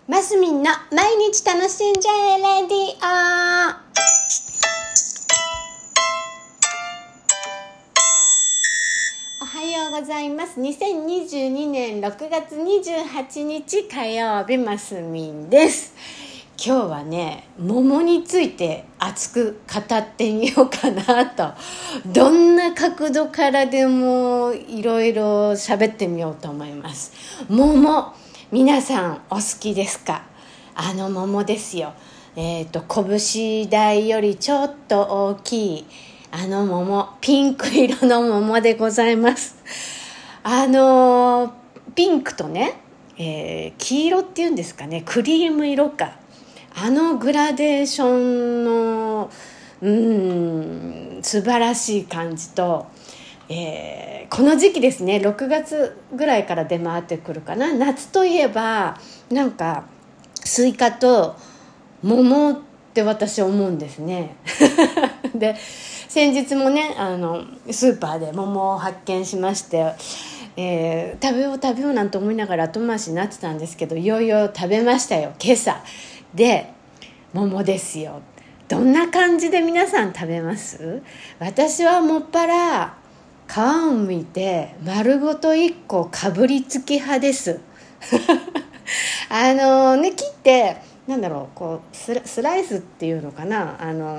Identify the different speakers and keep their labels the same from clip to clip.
Speaker 1: マスミンの毎日楽しんじゃえレディオ。おはようございます。2022年6月28日火曜日、マスミンです。今日はね、桃について熱く語ってみようかなと、どんな角度からでもいろいろ喋ってみようと思います。桃、皆さんお好きですか？あの桃ですよ。拳大よりちょっと大きいあの桃、ピンク色の桃でございます。ピンクとね、黄色っていうんですかね、クリーム色か、あのグラデーションの素晴らしい感じと、この時期ですね、6月ぐらいから出回ってくるかな。夏といえばなんかスイカと桃って私思うんですねで、先日もね、スーパーで桃を発見しまして、食べようなんて思いながら後回しになってたんですけど、いよいよ食べましたよ、今朝で。桃ですよ。どんな感じで皆さん食べます？私はもっぱら皮を剥いて丸ごと1個かぶりつき派です切ってこうスライスっていうのかな、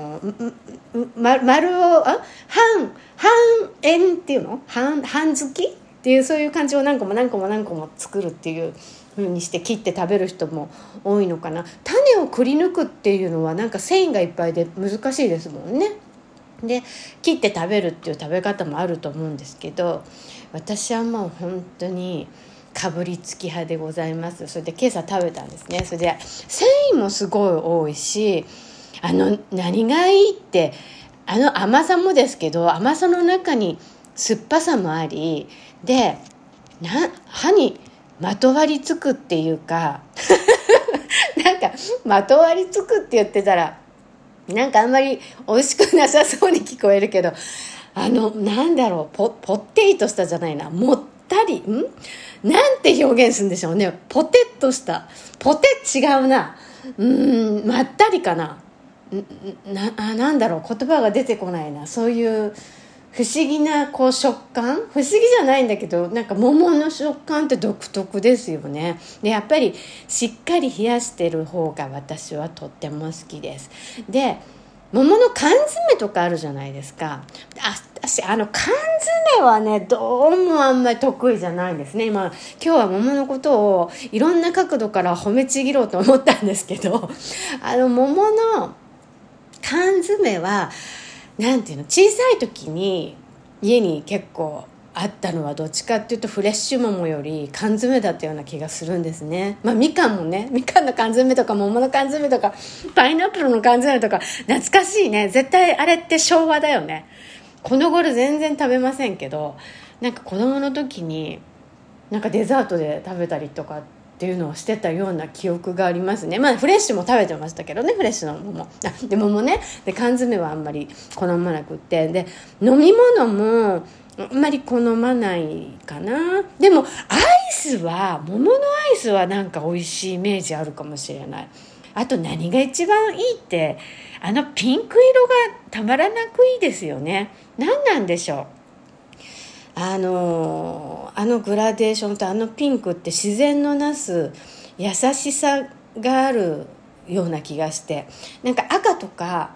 Speaker 1: 丸を半円っていうの、半突きっていう、そういう感じを何個も作るっていう風にして切って食べる人も多いのかな。種をくり抜くっていうのはなんか繊維がいっぱいで難しいですもんね。で、切って食べるっていう食べ方もあると思うんですけど、私はもう本当にかぶりつき派でございます。それで今朝食べたんですね。それで繊維もすごい多いし、何がいいって、甘さもですけど、甘さの中に酸っぱさもありで、歯にまとわりつくっていうかなんかまとわりつくって言ってたらなんかあんまり美味しくなさそうに聞こえるけど、ポッテリとしたじゃないな、もったりなんて表現するんでしょうね。ポテッとした、ポテ違うな、まったりかな、言葉が出てこないな。そういう不思議な食感、不思議じゃないんだけど、なんか桃の食感って独特ですよね。で、やっぱりしっかり冷やしてる方が私はとっても好きです。で、桃の缶詰とかあるじゃないですか。私缶詰はね、どうもあんまり得意じゃないんですね。今日は桃のことをいろんな角度から褒めちぎろうと思ったんですけど、桃の缶詰は小さい時に家に結構あったのはどっちかっていうとフレッシュ桃より缶詰だったような気がするんですね。みかんもね、みかんの缶詰とか桃の缶詰とかパイナップルの缶詰とか懐かしいね。絶対あれって昭和だよね。この頃全然食べませんけど、なんか子供の時になんかデザートで食べたりとかっていうのをしてたような記憶がありますね。フレッシュも食べてましたけどね、フレッシュの桃。で桃ね、で缶詰はあんまり好まなくって、で飲み物もあんまり好まないかな。でも桃のアイスはなんか美味しいイメージあるかもしれない。あと何が一番いいって、ピンク色がたまらなくいいですよね。何なんでしょう、グラデーションとピンクって自然のなす優しさがあるような気がして、なんか赤とか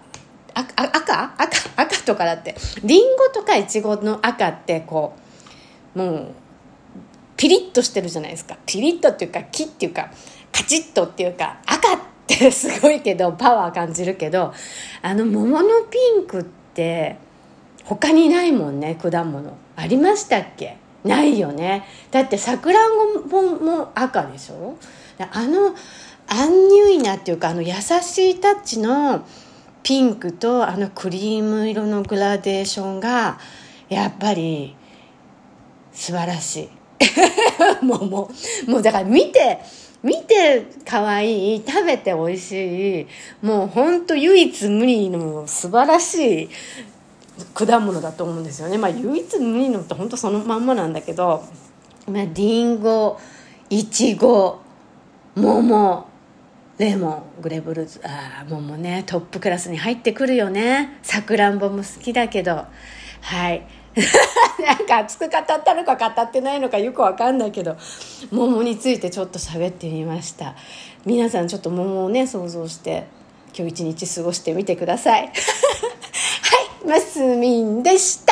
Speaker 1: 赤とかだって、リンゴとかイチゴの赤ってもうピリッとしてるじゃないですか。ピリッとっていうかキっていうかカチッとっていうか、赤ってすごいけどパワー感じるけど、桃のピンクって他にないもんね。果物ありましたっけ？ないよね。だってさくらんぼも赤でしょ。アンニュイなっていうか、優しいタッチのピンクとクリーム色のグラデーションがやっぱり素晴らしいもうだから見て可愛い、食べて美味しい、もう本当唯一無二の素晴らしい果物だと思うんですよね。唯一無二のって本当そのまんまなんだけど、リンゴ、イチゴ、桃、 レモン、グレープフルーツ、桃ね、トップクラスに入ってくるよね。さくらんぼも好きだけど、はい。なんか熱く語ったのか語ってないのかよくわかんないけど、桃についてちょっと喋ってみました。皆さんちょっと桃をね、想像して今日一日過ごしてみてください。はい、マスミンでした。